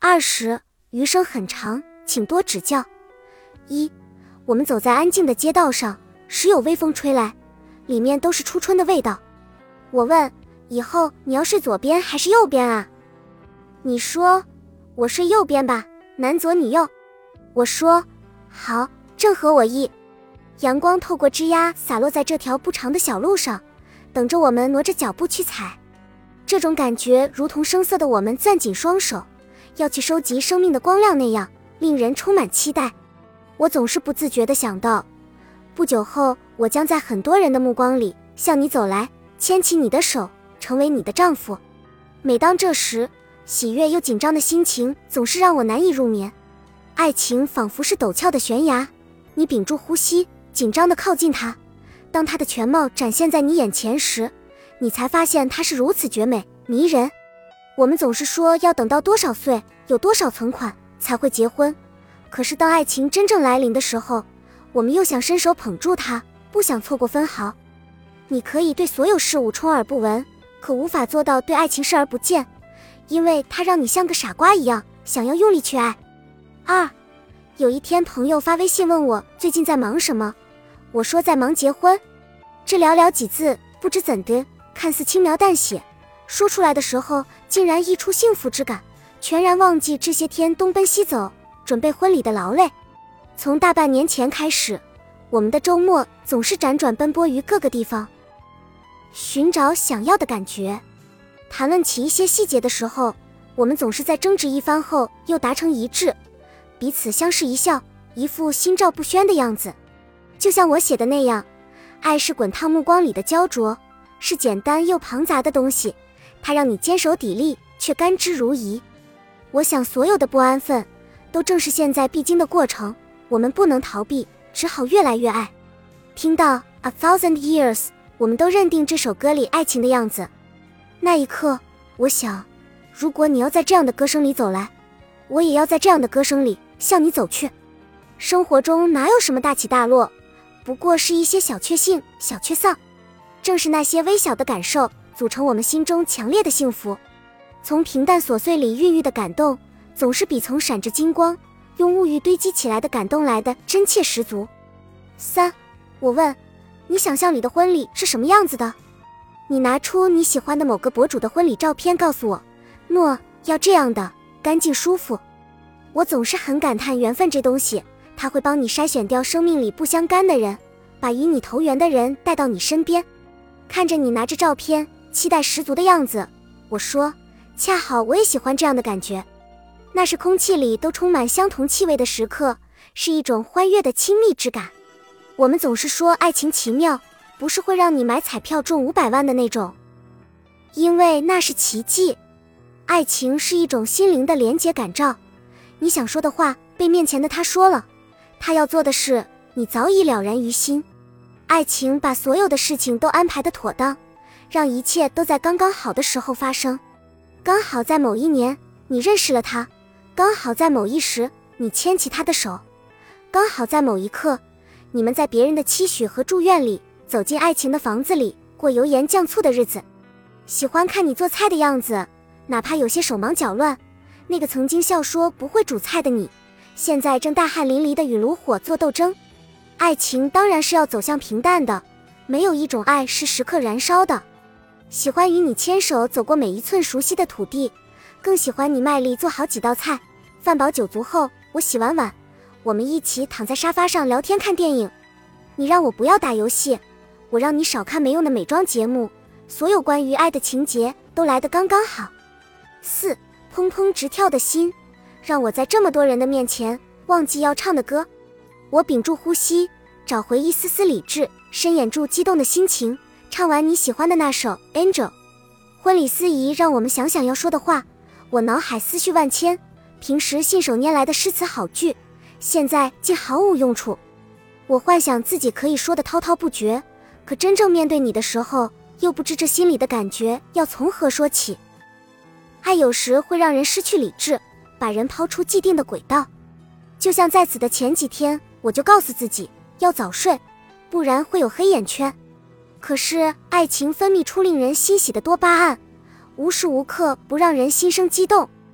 20，余生很长，请多指教。1，我们走在安静的街道上，时有微风吹来，里面都是初春的味道。我问，以后你要睡左边还是右边啊？你说，我睡右边吧，男左女右。我说，好，正合我意。阳光透过枝桠洒落在这条不长的小路上，等着我们挪着脚步去踩。这种感觉如同生涩的我们攥紧双手，要去收集生命的光亮那样，令人充满期待。我总是不自觉地想到，不久后我将在很多人的目光里向你走来，牵起你的手，成为你的丈夫。每当这时，喜悦又紧张的心情总是让我难以入眠。爱情仿佛是陡峭的悬崖，你屏住呼吸，紧张地靠近它。当它的全貌展现在你眼前时，你才发现它是如此绝美迷人。我们总是说要等到多少岁，有多少存款才会结婚，可是当爱情真正来临的时候，我们又想伸手捧住它，不想错过分毫。你可以对所有事物充耳不闻，可无法做到对爱情视而不见，因为它让你像个傻瓜一样想要用力去爱。2，有一天朋友发微信问我最近在忙什么，我说在忙结婚。这寥寥几字，不知怎的，看似轻描淡写，说出来的时候竟然溢出幸福之感，全然忘记这些天东奔西走准备婚礼的劳累。从大半年前开始，我们的周末总是辗转奔波于各个地方，寻找想要的感觉。谈论起一些细节的时候，我们总是在争执一番后又达成一致，彼此相视一笑，一副心照不宣的样子。就像我写的那样，爱是滚烫目光里的焦灼，是简单又庞杂的东西，它让你坚守砥砺，却甘之如饴。我想所有的不安分都正是现在必经的过程，我们不能逃避，只好越来越爱。听到 1000 years， 我们都认定这首歌里爱情的样子。那一刻，我想，如果你要在这样的歌声里走来，我也要在这样的歌声里向你走去。生活中哪有什么大起大落，不过是一些小确幸、小确丧。正是那些微小的感受，组成我们心中强烈的幸福。从平淡琐碎里孕育的感动，总是比从闪着金光用物欲堆积起来的感动来的真切十足。3，我问，你想象里的婚礼是什么样子的？你拿出你喜欢的某个博主的婚礼照片告诉我，诺，要这样的，干净舒服。我总是很感叹缘分这东西，它会帮你筛选掉生命里不相干的人，把与你投缘的人带到你身边。看着你拿着照片，期待十足的样子，我说，恰好我也喜欢这样的感觉。那是空气里都充满相同气味的时刻，是一种欢悦的亲密之感。我们总是说爱情奇妙，不是会让你买彩票中500万的那种，因为那是奇迹。爱情是一种心灵的连结感召，你想说的话被面前的他说了，他要做的事你早已了然于心。爱情把所有的事情都安排得妥当，让一切都在刚刚好的时候发生。刚好在某一年你认识了他，刚好在某一时你牵起他的手，刚好在某一刻你们在别人的期许和祝愿里走进爱情的房子里，过油盐酱醋的日子。喜欢看你做菜的样子，哪怕有些手忙脚乱，那个曾经笑说不会煮菜的你，现在正大汗淋漓地与炉火做斗争。爱情当然是要走向平淡的，没有一种爱是时刻燃烧的。喜欢与你牵手走过每一寸熟悉的土地，更喜欢你卖力做好几道菜。饭饱酒足后，我洗完碗，我们一起躺在沙发上聊天看电影。你让我不要打游戏，我让你少看没用的美妆节目，所有关于爱的情节都来得刚刚好。4，砰砰直跳的心，让我在这么多人的面前忘记要唱的歌。我屏住呼吸，找回一丝丝理智，深掩住激动的心情，唱完你喜欢的那首 Angel。 婚礼司仪让我们想想要说的话，我脑海思绪万千，平时信手拈来的诗词好句，现在竟毫无用处。我幻想自己可以说得滔滔不绝，可真正面对你的时候，又不知这心里的感觉要从何说起。爱有时会让人失去理智，把人抛出既定的轨道。就像在此的前几天，我就告诉自己要早睡，不然会有黑眼圈。可是爱情分泌出令人欣喜的多巴胺，无时无刻不让人心生激动。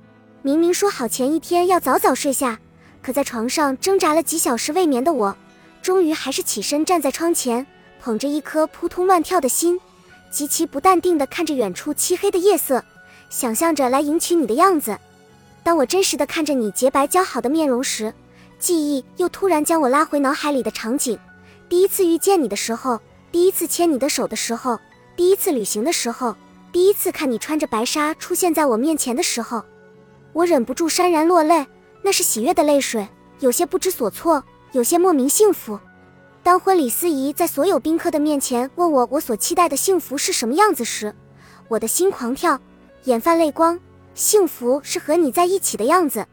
明明说好前一天要早早睡下，可在床上挣扎了几小时未眠的我，终于还是起身站在窗前，捧着一颗扑通乱跳的心，极其不淡定地看着远处漆黑的夜色，想象着来迎娶你的样子。当我真实地看着你洁白姣好的面容时，记忆又突然将我拉回脑海里的场景，第一次遇见你的时候，第一次牵你的手的时候，第一次旅行的时候，第一次看你穿着白纱出现在我面前的时候，我忍不住潸然落泪，那是喜悦的泪水，有些不知所措，有些莫名幸福。当婚礼司仪在所有宾客的面前问我所期待的幸福是什么样子时，我的心狂跳，眼泛泪光，幸福是和你在一起的样子。